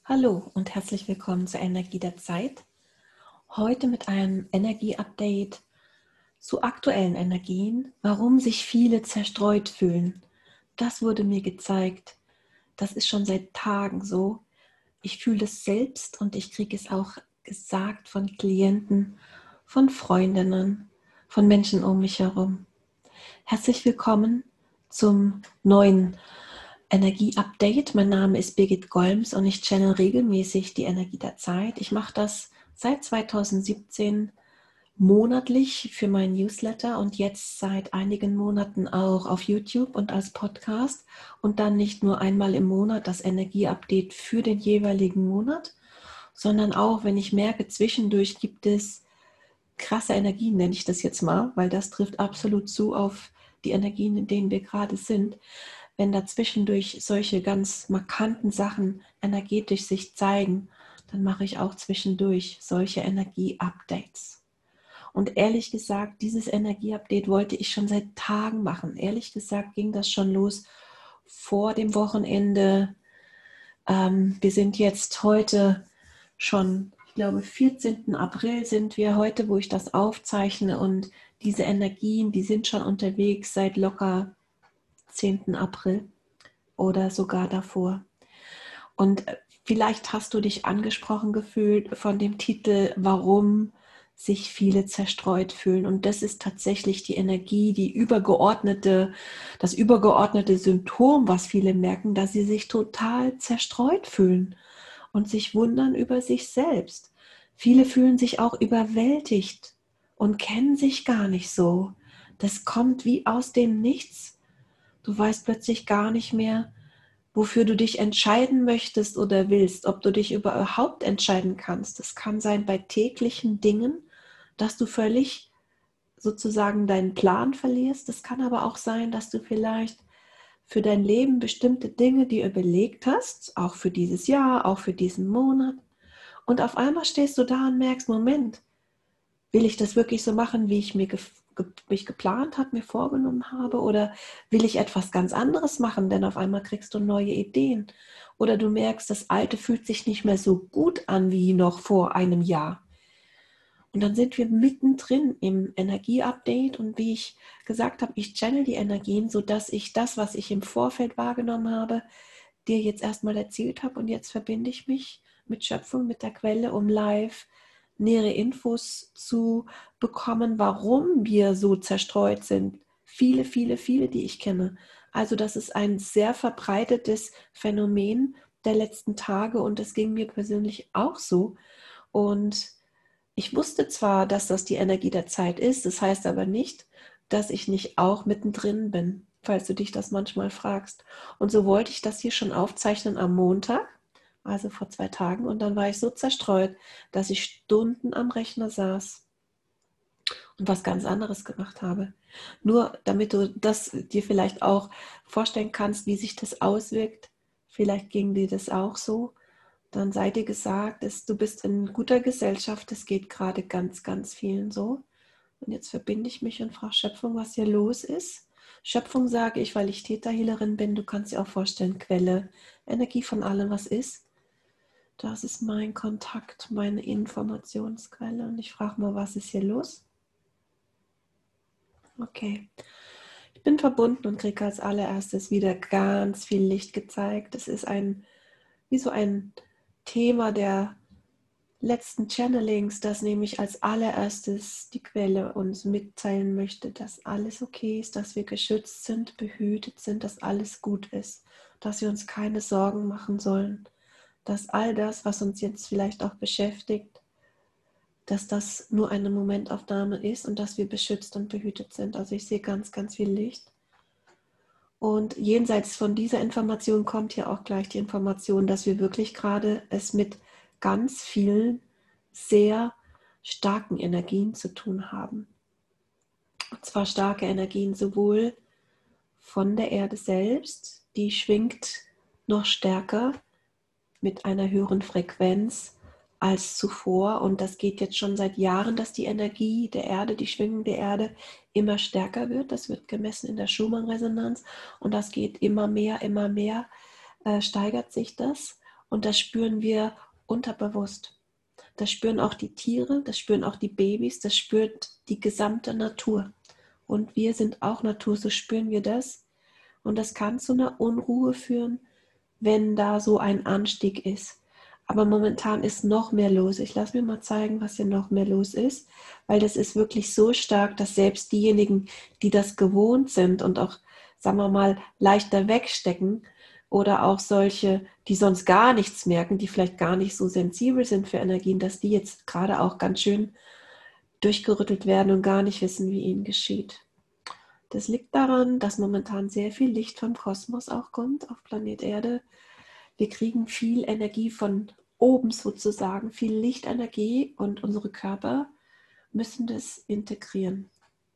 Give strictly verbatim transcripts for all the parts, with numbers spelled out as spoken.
Hallo und herzlich willkommen zur Energie der Zeit. Heute mit einem Energie-Update zu aktuellen Energien, warum sich viele zerstreut fühlen. Das wurde mir gezeigt. Das ist schon seit Tagen so. Ich fühle das selbst und ich kriege es auch gesagt von Klienten, von Freundinnen, von Menschen um mich herum. Herzlich willkommen zum neuen Energie-Update. Mein Name ist Birgit Golms und ich channel regelmäßig die Energie der Zeit. Ich mache das seit zweitausendsiebzehn monatlich für meinen Newsletter und jetzt seit einigen Monaten auch auf YouTube und als Podcast und dann nicht nur einmal im Monat das Energie-Update für den jeweiligen Monat, sondern auch, wenn ich merke, zwischendurch gibt es krasse Energien, nenne ich das jetzt mal, weil das trifft absolut zu auf die Energien, in denen wir gerade sind. Wenn da zwischendurch solche ganz markanten Sachen energetisch sich zeigen, dann mache ich auch zwischendurch solche Energie-Updates. Und ehrlich gesagt, dieses Energie-Update wollte ich schon seit Tagen machen. Ehrlich gesagt ging das schon los vor dem Wochenende. Ähm, wir sind jetzt heute schon, ich glaube, vierzehnten April sind wir heute, wo ich das aufzeichne. Und diese Energien, die sind schon unterwegs seit locker zehnten April oder sogar davor. Und vielleicht hast du dich angesprochen gefühlt von dem Titel, warum sich viele zerstreut fühlen. Und das ist tatsächlich die Energie, die übergeordnete, das übergeordnete Symptom, was viele merken, dass sie sich total zerstreut fühlen und sich wundern über sich selbst. Viele fühlen sich auch überwältigt und kennen sich gar nicht so. Das kommt wie aus dem Nichts. Du weißt plötzlich gar nicht mehr, wofür du dich entscheiden möchtest oder willst, ob du dich überhaupt entscheiden kannst. Es kann sein bei täglichen Dingen, dass du völlig sozusagen deinen Plan verlierst. Es kann aber auch sein, dass du vielleicht für dein Leben bestimmte Dinge dir überlegt hast, auch für dieses Jahr, auch für diesen Monat. Und auf einmal stehst du da und merkst, Moment, will ich das wirklich so machen, wie ich mir ge- ge- mich geplant habe, mir vorgenommen habe? Oder will ich etwas ganz anderes machen? Denn auf einmal kriegst du neue Ideen. Oder du merkst, das Alte fühlt sich nicht mehr so gut an wie noch vor einem Jahr. Und dann sind wir mittendrin im Energie-Update und wie ich gesagt habe, ich channel die Energien, sodass ich das, was ich im Vorfeld wahrgenommen habe, dir jetzt erstmal erzählt habe und jetzt verbinde ich mich mit Schöpfung, mit der Quelle, um live nähere Infos zu bekommen, warum wir so zerstreut sind. Viele, viele, viele, die ich kenne. Also das ist ein sehr verbreitetes Phänomen der letzten Tage und das ging mir persönlich auch so. Und ich wusste zwar, dass das die Energie der Zeit ist, das heißt aber nicht, dass ich nicht auch mittendrin bin, falls du dich das manchmal fragst. Und so wollte ich das hier schon aufzeichnen am Montag, also vor zwei Tagen, und dann war ich so zerstreut, dass ich Stunden am Rechner saß und was ganz anderes gemacht habe. Nur damit du das dir vielleicht auch vorstellen kannst, wie sich das auswirkt. Vielleicht ging dir das auch so. Dann sei dir gesagt, dass du bist in guter Gesellschaft. Es geht gerade ganz, ganz vielen so. Und jetzt verbinde ich mich und frage Schöpfung, was hier los ist. Schöpfung sage ich, weil ich Theta-Healerin bin. Du kannst dir auch vorstellen, Quelle, Energie von allem, was ist. Das ist mein Kontakt, meine Informationsquelle. Und ich frage mal, was ist hier los? Okay. Ich bin verbunden und kriege als allererstes wieder ganz viel Licht gezeigt. Es ist ein, wie so ein Thema der letzten Channelings, dass nämlich als allererstes die Quelle uns mitteilen möchte, dass alles okay ist, dass wir geschützt sind, behütet sind, dass alles gut ist, dass wir uns keine Sorgen machen sollen, dass all das, was uns jetzt vielleicht auch beschäftigt, dass das nur eine Momentaufnahme ist und dass wir beschützt und behütet sind. Also ich sehe ganz, ganz viel Licht. Und jenseits von dieser Information kommt hier auch gleich die Information, dass wir wirklich gerade es mit ganz vielen sehr starken Energien zu tun haben. Und zwar starke Energien sowohl von der Erde selbst, die schwingt noch stärker mit einer höheren Frequenz als zuvor. Und das geht jetzt schon seit Jahren, dass die Energie der Erde, die Schwingung der Erde immer stärker wird. Das wird gemessen in der Schumann-Resonanz und das geht immer mehr, immer mehr, äh, steigert sich das. und das spüren wir unterbewusst. Das spüren auch die Tiere, das spüren auch die Babys, das spürt die gesamte Natur. Und wir sind auch Natur, so spüren wir das. Und das kann zu einer Unruhe führen, wenn da so ein Anstieg ist. Aber momentan ist noch mehr los. Ich lasse mir mal zeigen, was hier noch mehr los ist, weil das ist wirklich so stark, dass selbst diejenigen, die das gewohnt sind und auch, sagen wir mal, leichter wegstecken oder auch solche, die sonst gar nichts merken, die vielleicht gar nicht so sensibel sind für Energien, dass die jetzt gerade auch ganz schön durchgerüttelt werden und gar nicht wissen, wie ihnen geschieht. Das liegt daran, dass momentan sehr viel Licht vom Kosmos auch kommt auf Planet Erde. Wir kriegen viel Energie von oben sozusagen, viel Lichtenergie und unsere Körper müssen das integrieren.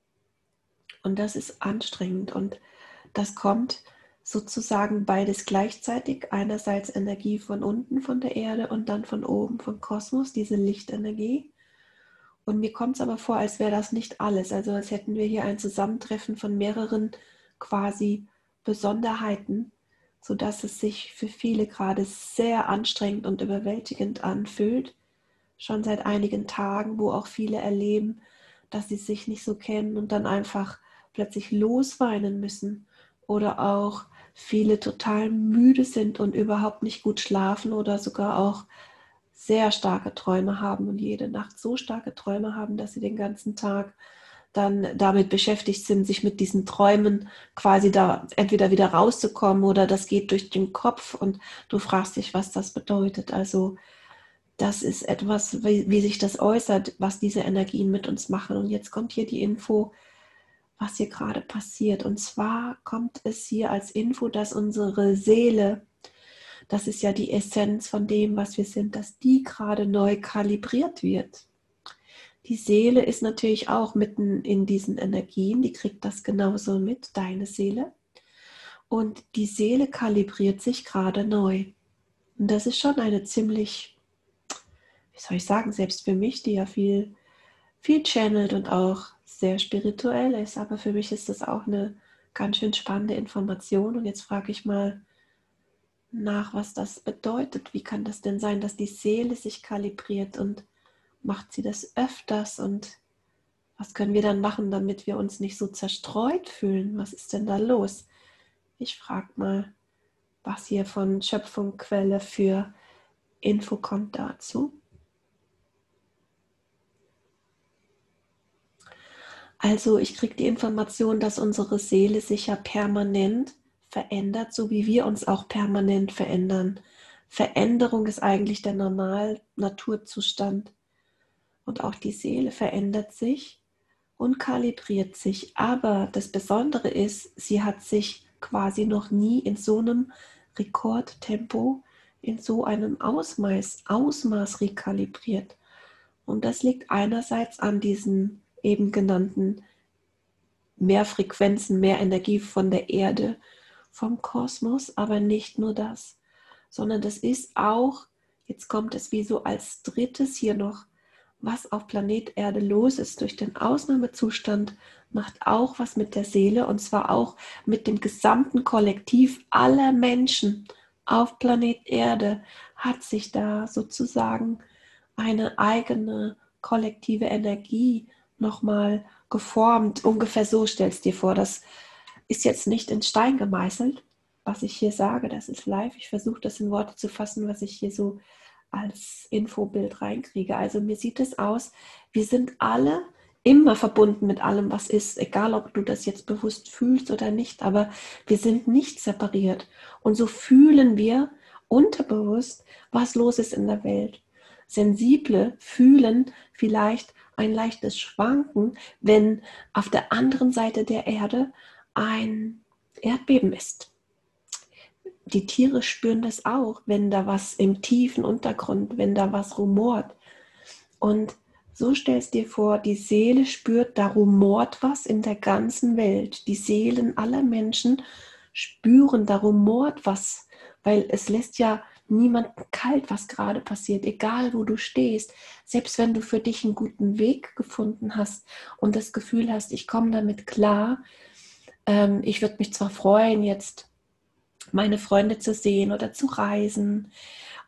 Und das ist anstrengend und das kommt sozusagen beides gleichzeitig. Einerseits Energie von unten von der Erde und dann von oben vom Kosmos, diese Lichtenergie. Und mir kommt es aber vor, als wäre das nicht alles. Also als hätten wir hier ein Zusammentreffen von mehreren quasi Besonderheiten, sodass es sich für viele gerade sehr anstrengend und überwältigend anfühlt. Schon seit einigen Tagen, wo auch viele erleben, dass sie sich nicht so kennen und dann einfach plötzlich losweinen müssen. Oder auch viele total müde sind und überhaupt nicht gut schlafen oder sogar auch sehr starke Träume haben und jede Nacht so starke Träume haben, dass sie den ganzen Tag dann damit beschäftigt sind, sich mit diesen Träumen quasi da entweder wieder rauszukommen oder das geht durch den Kopf und du fragst dich, was das bedeutet. Also das ist etwas, wie, wie sich das äußert, was diese Energien mit uns machen. Und jetzt kommt hier die Info, was hier gerade passiert. Und zwar kommt es hier als Info, dass unsere Seele, das ist ja die Essenz von dem, was wir sind, dass die gerade neu kalibriert wird. Die Seele ist natürlich auch mitten in diesen Energien, die kriegt das genauso mit, deine Seele. Und die Seele kalibriert sich gerade neu. Und das ist schon eine ziemlich, wie soll ich sagen, selbst für mich, die ja viel, viel channelt und auch sehr spirituell ist, aber für mich ist das auch eine ganz schön spannende Information. Und jetzt frage ich mal nach, was das bedeutet. Wie kann das denn sein, dass die Seele sich kalibriert und macht sie das öfters und was können wir dann machen, damit wir uns nicht so zerstreut fühlen? Was ist denn da los? Ich frage mal, was hier von Schöpfung, Quelle für Info kommt dazu. Also ich kriege die Information, dass unsere Seele sich ja permanent verändert, so wie wir uns auch permanent verändern. Veränderung ist eigentlich der normale Naturzustand. Und auch die Seele verändert sich und kalibriert sich. Aber das Besondere ist, sie hat sich quasi noch nie in so einem Rekordtempo, in so einem Ausmaß, Ausmaß rekalibriert. Und das liegt einerseits an diesen eben genannten mehr Frequenzen, mehr Energie von der Erde, vom Kosmos, aber nicht nur das, sondern das ist auch, jetzt kommt es wie so als drittes hier noch, was auf Planet Erde los ist durch den Ausnahmezustand, macht auch was mit der Seele und zwar auch mit dem gesamten Kollektiv aller Menschen auf Planet Erde hat sich da sozusagen eine eigene kollektive Energie nochmal geformt. Ungefähr so stellst du dir vor. Das ist jetzt nicht in Stein gemeißelt, was ich hier sage. Das ist live. Ich versuche das in Worte zu fassen, was ich hier so als Infobild reinkriege. Also mir sieht es aus, wir sind alle immer verbunden mit allem, was ist, egal ob du das jetzt bewusst fühlst oder nicht, aber wir sind nicht separiert. Und so fühlen wir unterbewusst, was los ist in der Welt. Sensible fühlen vielleicht ein leichtes Schwanken, wenn auf der anderen Seite der Erde ein Erdbeben ist. Die Tiere spüren das auch, wenn da was im tiefen Untergrund, wenn da was rumort. Und so stellst dir vor, die Seele spürt, da rumort was in der ganzen Welt. Die Seelen aller Menschen spüren, da rumort was, weil es lässt ja niemanden kalt, was gerade passiert, egal wo du stehst. Selbst wenn du für dich einen guten Weg gefunden hast und das Gefühl hast, ich komme damit klar, ähm, ich würde mich zwar freuen, jetzt meine Freunde zu sehen oder zu reisen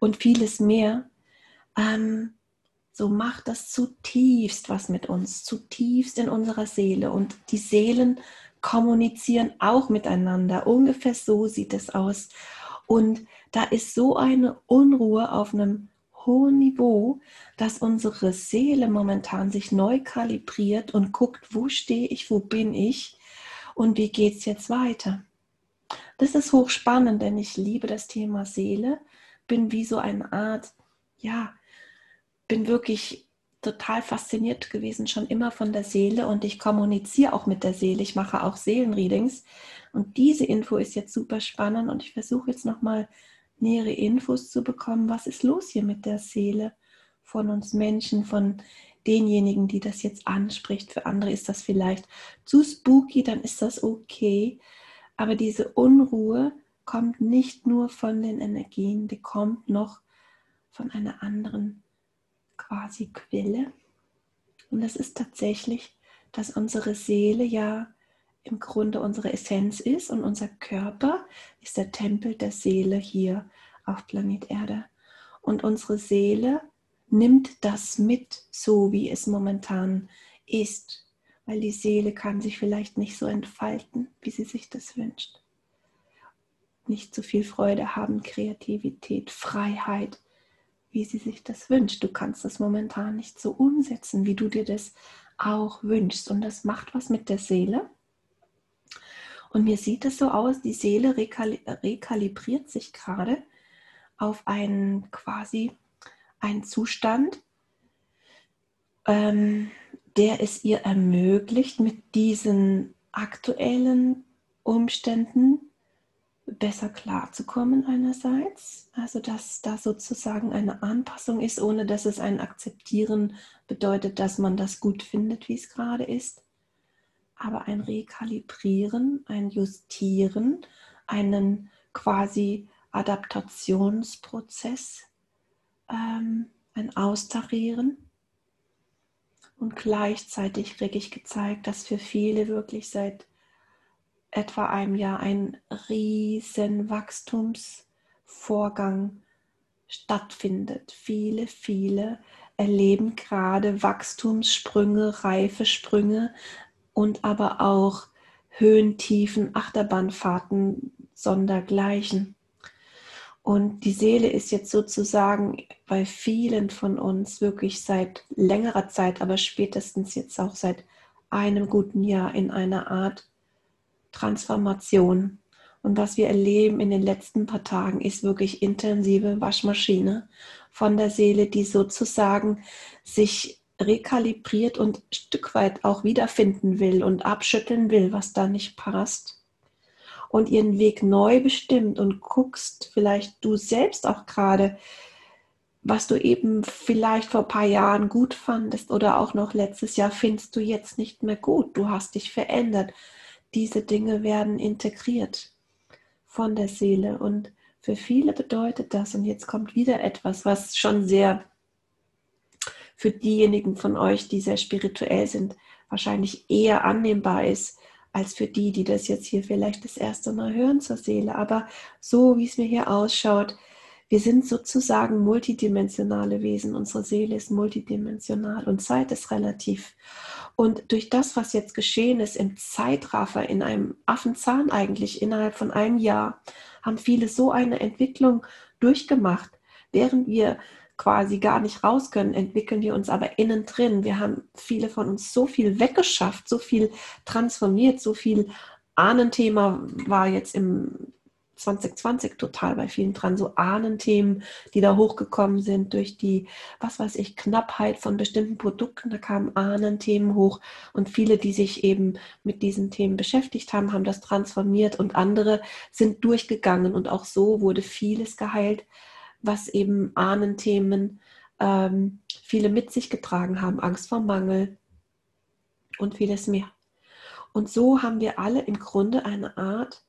und vieles mehr. Ähm, so macht das zutiefst was mit uns, zutiefst in unserer Seele. Und die Seelen kommunizieren auch miteinander. Ungefähr so sieht es aus. Und da ist so eine Unruhe auf einem hohen Niveau, dass unsere Seele momentan sich neu kalibriert und guckt, wo stehe ich, wo bin ich und wie geht es jetzt weiter. Das ist hochspannend, denn ich liebe das Thema Seele, bin wie so eine Art, ja, bin wirklich total fasziniert gewesen, schon immer von der Seele, und ich kommuniziere auch mit der Seele, ich mache auch Seelenreadings, und diese Info ist jetzt super spannend und ich versuche jetzt nochmal nähere Infos zu bekommen, was ist los hier mit der Seele von uns Menschen, von denjenigen, die das jetzt anspricht. Für andere ist das vielleicht zu spooky, dann ist das okay, aber diese Unruhe kommt nicht nur von den Energien, die kommt noch von einer anderen quasi Quelle. Und das ist tatsächlich, dass unsere Seele ja im Grunde unsere Essenz ist und unser Körper ist der Tempel der Seele hier auf Planet Erde. Und unsere Seele nimmt das mit, so wie es momentan ist, weil die Seele kann sich vielleicht nicht so entfalten, wie sie sich das wünscht. Nicht so viel Freude haben, Kreativität, Freiheit, wie sie sich das wünscht. Du kannst das momentan nicht so umsetzen, wie du dir das auch wünschst. Und das macht was mit der Seele. Und mir sieht es so aus, die Seele rekali- rekalibriert sich gerade auf einen quasi einen Zustand, ähm, der es ihr ermöglicht, mit diesen aktuellen Umständen besser klarzukommen einerseits, also dass da sozusagen eine Anpassung ist, ohne dass es ein Akzeptieren bedeutet, dass man das gut findet, wie es gerade ist, aber ein Rekalibrieren, ein Justieren, einen quasi Adaptationsprozess, ähm, ein Austarieren. Und gleichzeitig kriege ich gezeigt, dass für viele wirklich seit etwa einem Jahr ein riesen Wachstumsvorgang stattfindet. Viele, viele erleben gerade Wachstumssprünge, Reifesprünge und aber auch Höhen, Tiefen, Achterbahnfahrten sondergleichen. Und die Seele ist jetzt sozusagen bei vielen von uns wirklich seit längerer Zeit, aber spätestens jetzt auch seit einem guten Jahr in einer Art Transformation. Und was wir erleben in den letzten paar Tagen ist wirklich intensive Waschmaschine von der Seele, die sozusagen sich rekalibriert und ein Stück weit auch wiederfinden will und abschütteln will, was da nicht passt. Und ihren Weg neu bestimmt und guckst vielleicht du selbst auch gerade, was du eben vielleicht vor ein paar Jahren gut fandest oder auch noch letztes Jahr findest du jetzt nicht mehr gut. Du hast dich verändert. Diese Dinge werden integriert von der Seele und für viele bedeutet das, und jetzt kommt wieder etwas, was schon sehr für diejenigen von euch, die sehr spirituell sind, wahrscheinlich eher annehmbar ist, als für die, die das jetzt hier vielleicht das erste Mal hören zur Seele. Aber so wie es mir hier ausschaut, wir sind sozusagen multidimensionale Wesen. Unsere Seele ist multidimensional und Zeit ist relativ. Und durch das, was jetzt geschehen ist im Zeitraffer, in einem Affenzahn eigentlich, innerhalb von einem Jahr, haben viele so eine Entwicklung durchgemacht. Während wir quasi gar nicht raus können, entwickeln wir uns aber innen drin. Wir haben viele von uns so viel weggeschafft, so viel transformiert, so viel Ahnenthema war jetzt im zwanzig zwanzig total bei vielen dran, so Ahnenthemen, die da hochgekommen sind durch die, was weiß ich, Knappheit von bestimmten Produkten, da kamen Ahnenthemen hoch und viele, die sich eben mit diesen Themen beschäftigt haben, haben das transformiert und andere sind durchgegangen und auch so wurde vieles geheilt, was eben Ahnenthemen ähm, viele mit sich getragen haben, Angst vor Mangel und vieles mehr. Und so haben wir alle im Grunde eine Art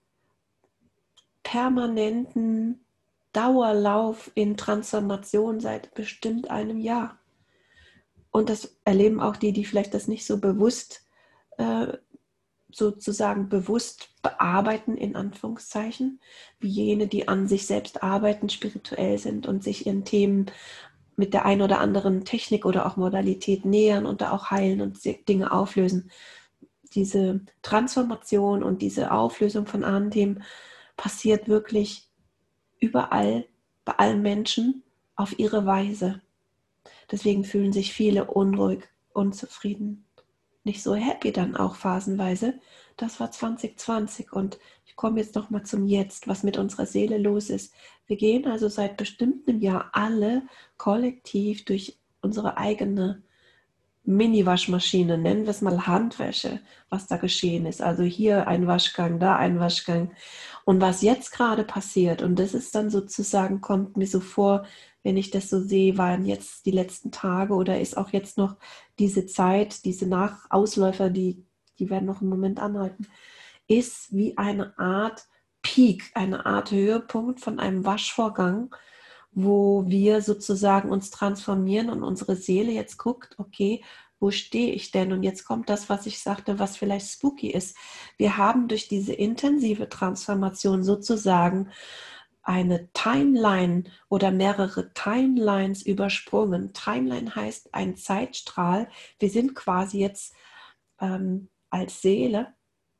permanenten Dauerlauf in Transformation seit bestimmt einem Jahr. Und das erleben auch die, die vielleicht das nicht so bewusst äh, sozusagen bewusst bearbeiten, in Anführungszeichen, wie jene, die an sich selbst arbeiten, spirituell sind und sich ihren Themen mit der einen oder anderen Technik oder auch Modalität nähern und da auch heilen und Dinge auflösen. Diese Transformation und diese Auflösung von Ahnenthemen passiert wirklich überall, bei allen Menschen auf ihre Weise. Deswegen fühlen sich viele unruhig, unzufrieden, nicht so happy dann auch phasenweise. Das war zwanzig zwanzig und ich komme jetzt nochmal zum Jetzt, was mit unserer Seele los ist. Wir gehen also seit bestimmtem Jahr alle kollektiv durch unsere eigene Mini-Waschmaschine, nennen wir es mal Handwäsche, was da geschehen ist. Also hier ein Waschgang, da ein Waschgang. Und was jetzt gerade passiert, und das ist dann sozusagen, kommt mir so vor, wenn ich das so sehe, waren jetzt die letzten Tage oder ist auch jetzt noch diese Zeit, diese Nachausläufer, die, die werden noch einen Moment anhalten, ist wie eine Art Peak, eine Art Höhepunkt von einem Waschvorgang, wo wir sozusagen uns transformieren und unsere Seele jetzt guckt, okay, wo stehe ich denn? Und jetzt kommt das, was ich sagte, was vielleicht spooky ist. Wir haben durch diese intensive Transformation sozusagen eine Timeline oder mehrere Timelines übersprungen. Timeline heißt ein Zeitstrahl. Wir sind quasi jetzt ähm, als Seele,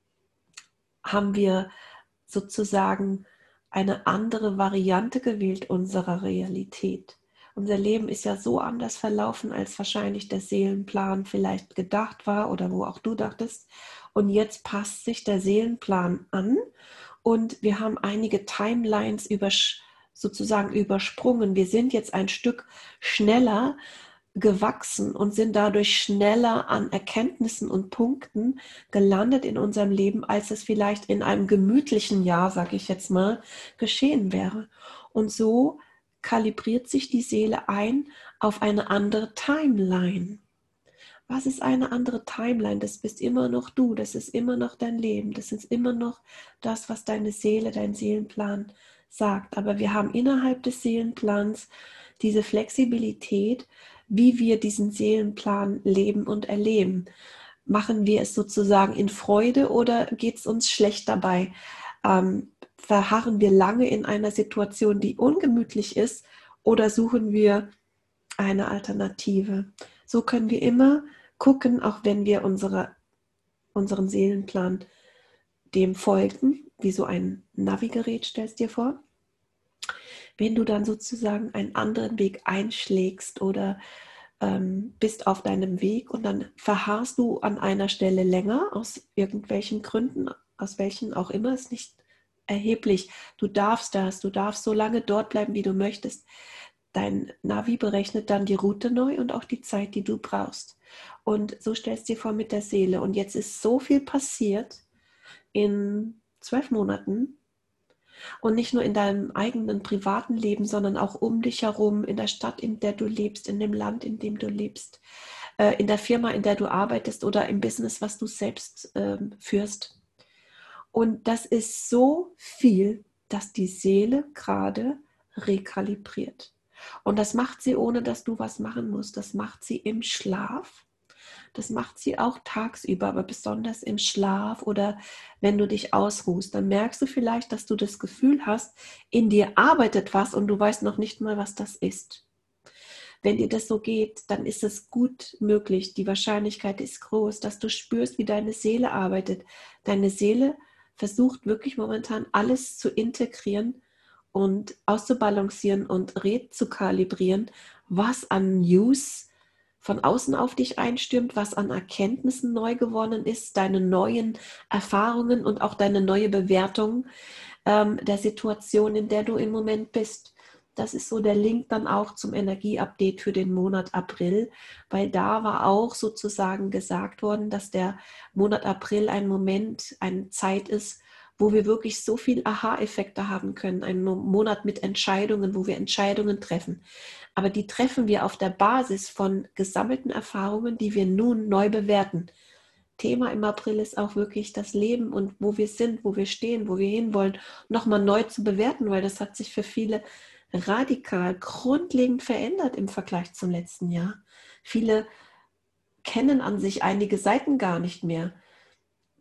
haben wir sozusagen eine andere Variante gewählt unserer Realität. Unser Leben ist ja so anders verlaufen, als wahrscheinlich der Seelenplan vielleicht gedacht war oder wo auch du dachtest. Und jetzt passt sich der Seelenplan an und wir haben einige Timelines übersch- sozusagen übersprungen. Wir sind jetzt ein Stück schneller gewachsen und sind dadurch schneller an Erkenntnissen und Punkten gelandet in unserem Leben, als es vielleicht in einem gemütlichen Jahr, sage ich jetzt mal, geschehen wäre. Und so kalibriert sich die Seele ein auf eine andere Timeline. Was ist eine andere Timeline? Das bist immer noch du, das ist immer noch dein Leben, das ist immer noch das, was deine Seele, dein Seelenplan sagt. Aber wir haben innerhalb des Seelenplans diese Flexibilität, wie wir diesen Seelenplan leben und erleben. Machen wir es sozusagen in Freude oder geht es uns schlecht dabei? Ähm, verharren wir lange in einer Situation, die ungemütlich ist, oder suchen wir eine Alternative? So können wir immer gucken, auch wenn wir unsere, unseren Seelenplan dem folgen, wie so ein Navigerät, stellst dir vor. Wenn du dann sozusagen einen anderen Weg einschlägst oder ähm, bist auf deinem Weg und dann verharrst du an einer Stelle länger, aus irgendwelchen Gründen, aus welchen auch immer, ist nicht erheblich. Du darfst das, du darfst so lange dort bleiben, wie du möchtest. Dein Navi berechnet dann die Route neu und auch die Zeit, die du brauchst. Und so stellst du dir vor mit der Seele. Und jetzt ist so viel passiert in zwölf Monaten. Und nicht nur in deinem eigenen privaten Leben, sondern auch um dich herum, in der Stadt, in der du lebst, in dem Land, in dem du lebst, äh, in der Firma, in der du arbeitest oder im Business, was du selbst ähm, führst. Und das ist so viel, dass die Seele gerade rekalibriert. Und das macht sie, ohne dass du was machen musst. Das macht sie im Schlaf. Das macht sie auch tagsüber, aber besonders im Schlaf oder wenn du dich ausruhst. Dann merkst du vielleicht, dass du das Gefühl hast, in dir arbeitet was und du weißt noch nicht mal, was das ist. Wenn dir das so geht, dann ist es gut möglich. Die Wahrscheinlichkeit ist groß, dass du spürst, wie deine Seele arbeitet. Deine Seele versucht wirklich momentan alles zu integrieren und auszubalancieren und rezukalibrieren, was an News von außen auf dich einstürmt, was an Erkenntnissen neu gewonnen ist, deine neuen Erfahrungen und auch deine neue Bewertung ähm, der Situation, in der du im Moment bist. Das ist so der Link dann auch zum Energieupdate für den Monat April, weil da war auch sozusagen gesagt worden, dass der Monat April ein Moment, eine Zeit ist, wo wir wirklich so viel Aha-Effekte haben können. Ein Monat mit Entscheidungen, wo wir Entscheidungen treffen. Aber die treffen wir auf der Basis von gesammelten Erfahrungen, die wir nun neu bewerten. Thema im April ist auch wirklich das Leben und wo wir sind, wo wir stehen, wo wir hinwollen, nochmal neu zu bewerten, weil das hat sich für viele radikal, grundlegend verändert im Vergleich zum letzten Jahr. Viele kennen an sich einige Seiten gar nicht mehr.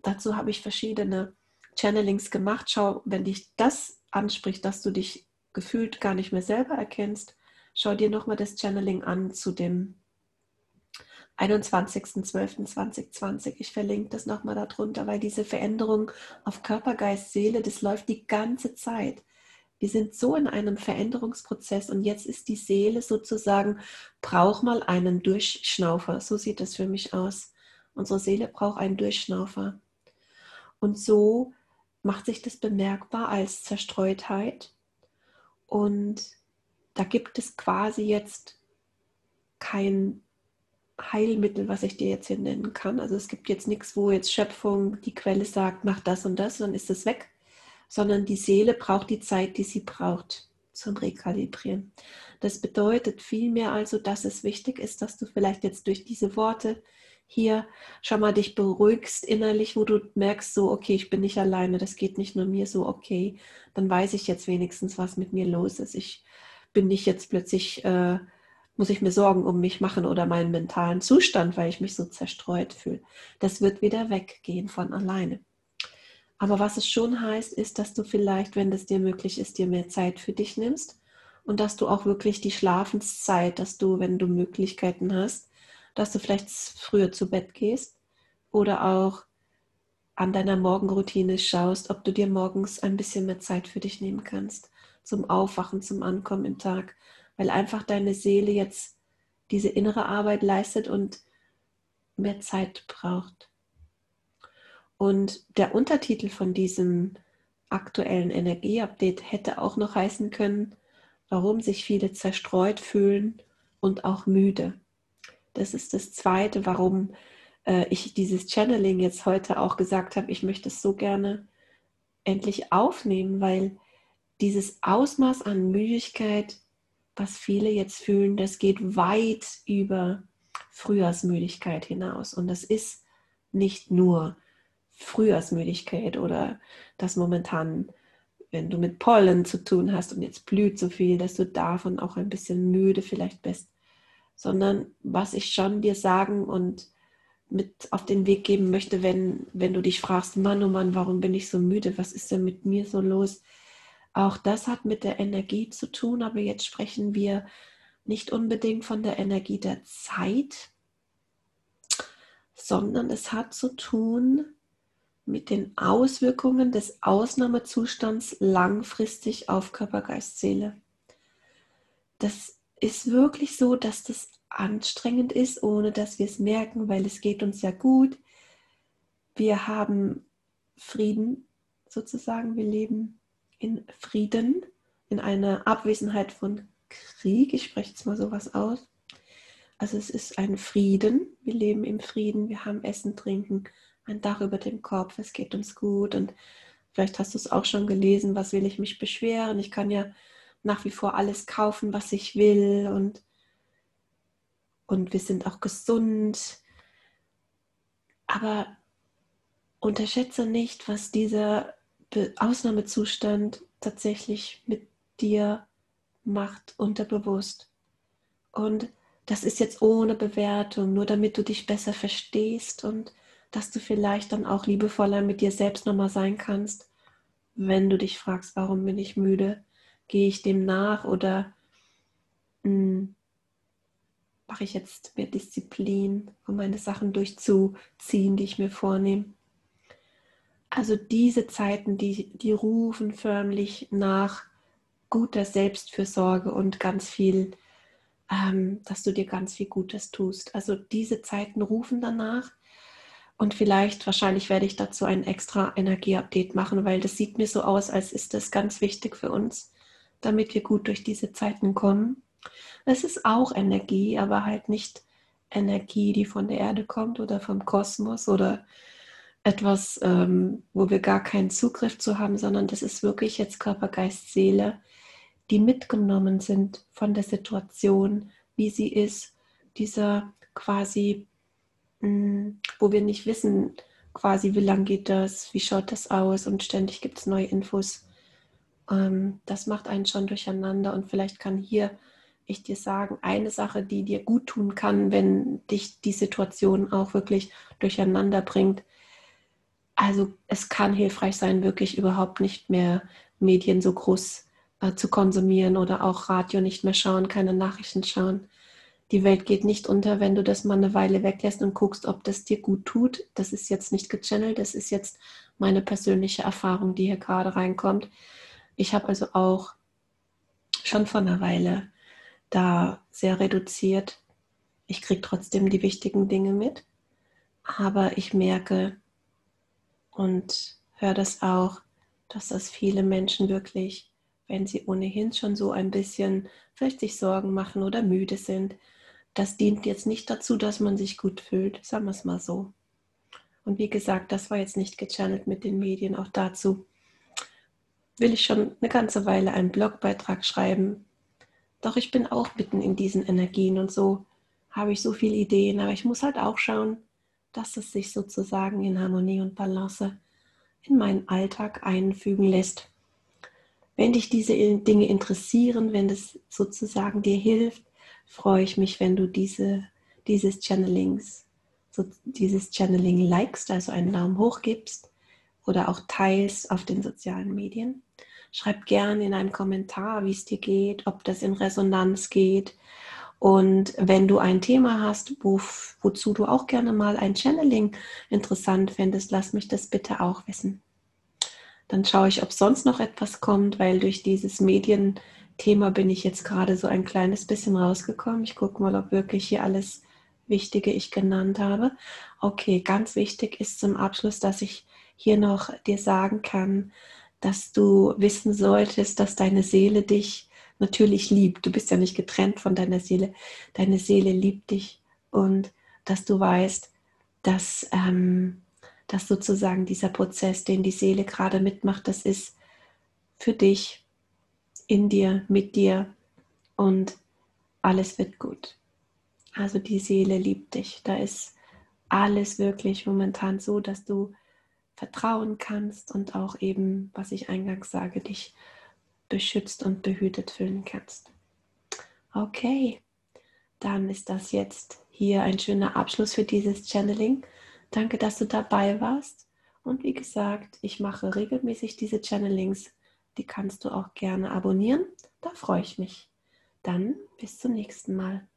dazu habe ich verschiedene Channelings gemacht. Schau, wenn dich das anspricht, dass du dich gefühlt gar nicht mehr selber erkennst, schau dir nochmal das Channeling an zu dem einundzwanzigster zwölfter zweitausendzwanzig. Ich verlinke das nochmal darunter, weil diese Veränderung auf Körper, Geist, Seele, das läuft die ganze Zeit. Wir sind so in einem Veränderungsprozess und jetzt ist die Seele sozusagen, braucht mal einen Durchschnaufer. So sieht das für mich aus. Unsere Seele braucht einen Durchschnaufer. Und so macht sich das bemerkbar als Zerstreutheit. Und da gibt es quasi jetzt kein Heilmittel, was ich dir jetzt hier nennen kann. Also es gibt jetzt nichts, wo jetzt Schöpfung, die Quelle sagt, mach das und das, dann ist es weg. Sondern die Seele braucht die Zeit, die sie braucht zum Rekalibrieren. Das bedeutet vielmehr also, dass es wichtig ist, dass du vielleicht jetzt durch diese Worte hier schon mal dich beruhigst innerlich, wo du merkst, so okay, ich bin nicht alleine, das geht nicht nur mir so, okay, dann weiß ich jetzt wenigstens, was mit mir los ist. Ich bin nicht jetzt plötzlich, äh, muss ich mir Sorgen um mich machen oder meinen mentalen Zustand, weil ich mich so zerstreut fühle. Das wird wieder weggehen von alleine. Aber was es schon heißt, ist, dass du vielleicht, wenn es dir möglich ist, dir mehr Zeit für dich nimmst und dass du auch wirklich die Schlafenszeit, dass du, wenn du Möglichkeiten hast, dass du vielleicht früher zu Bett gehst oder auch an deiner Morgenroutine schaust, ob du dir morgens ein bisschen mehr Zeit für dich nehmen kannst, zum Aufwachen, zum Ankommen im Tag, weil einfach deine Seele jetzt diese innere Arbeit leistet und mehr Zeit braucht. Und der Untertitel von diesem aktuellen Energie-Update hätte auch noch heißen können, warum sich viele zerstreut fühlen und auch müde. Das ist das Zweite, warum äh, ich dieses Channeling jetzt heute auch gesagt habe, ich möchte es so gerne endlich aufnehmen, weil dieses Ausmaß an Müdigkeit, was viele jetzt fühlen, das geht weit über Frühjahrsmüdigkeit hinaus. Und das ist nicht nur Frühjahrsmüdigkeit oder das momentan, wenn du mit Pollen zu tun hast und jetzt blüht so viel, dass du davon auch ein bisschen müde vielleicht bist, sondern was ich schon dir sagen und mit auf den Weg geben möchte, wenn, wenn du dich fragst, Mann, oh Mann, warum bin ich so müde, was ist denn mit mir so los? Auch das hat mit der Energie zu tun, aber jetzt sprechen wir nicht unbedingt von der Energie der Zeit, sondern es hat zu tun mit den Auswirkungen des Ausnahmezustands langfristig auf Körper, Geist, Seele. Das ist wirklich so, dass das anstrengend ist, ohne dass wir es merken, weil es geht uns ja gut. Wir haben Frieden sozusagen, wir leben in Frieden, in einer Abwesenheit von Krieg. Ich spreche jetzt mal sowas aus. Also es ist ein Frieden, wir leben im Frieden, wir haben Essen, Trinken, ein Dach über dem Kopf, es geht uns gut und vielleicht hast du es auch schon gelesen, was will ich mich beschweren? Ich kann ja nach wie vor alles kaufen, was ich will und, und wir sind auch gesund. Aber unterschätze nicht, was dieser Ausnahmezustand tatsächlich mit dir macht, unterbewusst. Und das ist jetzt ohne Bewertung, nur damit du dich besser verstehst und dass du vielleicht dann auch liebevoller mit dir selbst nochmal sein kannst, wenn du dich fragst, warum bin ich müde? Gehe ich dem nach oder mh, mache ich jetzt mehr Disziplin, um meine Sachen durchzuziehen, die ich mir vornehme? Also diese Zeiten, die, die rufen förmlich nach guter Selbstfürsorge und ganz viel, ähm, dass du dir ganz viel Gutes tust. Also diese Zeiten rufen danach und vielleicht, wahrscheinlich werde ich dazu ein extra Energie-Update machen, weil das sieht mir so aus, als ist das ganz wichtig für uns, damit wir gut durch diese Zeiten kommen. Es ist auch Energie, aber halt nicht Energie, die von der Erde kommt oder vom Kosmos oder etwas, ähm, wo wir gar keinen Zugriff zu haben, sondern das ist wirklich jetzt Körper, Geist, Seele, die mitgenommen sind von der Situation, wie sie ist, dieser quasi, mh, wo wir nicht wissen, quasi, wie lang geht das, wie schaut das aus und ständig gibt es neue Infos. Ähm, das macht einen schon durcheinander und vielleicht kann hier ich dir sagen, eine Sache, die dir gut tun kann, wenn dich die Situation auch wirklich durcheinander bringt, Also es kann hilfreich sein, wirklich überhaupt nicht mehr Medien so groß äh, zu konsumieren oder auch Radio nicht mehr schauen, keine Nachrichten schauen. Die Welt geht nicht unter, wenn du das mal eine Weile weglässt und guckst, ob das dir gut tut. Das ist jetzt nicht gechannelt, das ist jetzt meine persönliche Erfahrung, die hier gerade reinkommt. Ich habe also auch schon vor einer Weile da sehr reduziert. Ich kriege trotzdem die wichtigen Dinge mit, aber ich merke und höre das auch, dass das viele Menschen wirklich, wenn sie ohnehin schon so ein bisschen vielleicht sich Sorgen machen oder müde sind, das dient jetzt nicht dazu, dass man sich gut fühlt, sagen wir es mal so. Und wie gesagt, das war jetzt nicht gechannelt mit den Medien. Auch dazu will ich schon eine ganze Weile einen Blogbeitrag schreiben. Doch ich bin auch mitten in diesen Energien und so habe ich so viele Ideen. Aber ich muss halt auch schauen, dass es sich sozusagen in Harmonie und Balance in meinen Alltag einfügen lässt. Wenn dich diese Dinge interessieren, wenn das sozusagen dir hilft, freue ich mich, wenn du diese, dieses Channelings, so dieses Channeling likest, also einen Daumen hoch gibst oder auch teilst auf den sozialen Medien. Schreib gerne in einem Kommentar, wie es dir geht, ob das in Resonanz geht. Und wenn du ein Thema hast, wo, wozu du auch gerne mal ein Channeling interessant fändest, lass mich das bitte auch wissen. Dann schaue ich, ob sonst noch etwas kommt, weil durch dieses Medienthema bin ich jetzt gerade so ein kleines bisschen rausgekommen. Ich gucke mal, ob wirklich hier alles Wichtige ich genannt habe. Okay, ganz wichtig ist zum Abschluss, dass ich hier noch dir sagen kann, dass du wissen solltest, dass deine Seele dich natürlich liebt. Du bist ja nicht getrennt von deiner Seele. Deine Seele liebt dich und dass du weißt, dass... Ähm, dass sozusagen dieser Prozess, den die Seele gerade mitmacht, das ist für dich, in dir, mit dir und alles wird gut. Also die Seele liebt dich. Da ist alles wirklich momentan so, dass du vertrauen kannst und auch eben, was ich eingangs sage, dich beschützt und behütet fühlen kannst. Okay, dann ist das jetzt hier ein schöner Abschluss für dieses Channeling. Danke, dass du dabei warst. Und wie gesagt, ich mache regelmäßig diese Channelings. Die kannst du auch gerne abonnieren. Da freue ich mich. Dann bis zum nächsten Mal.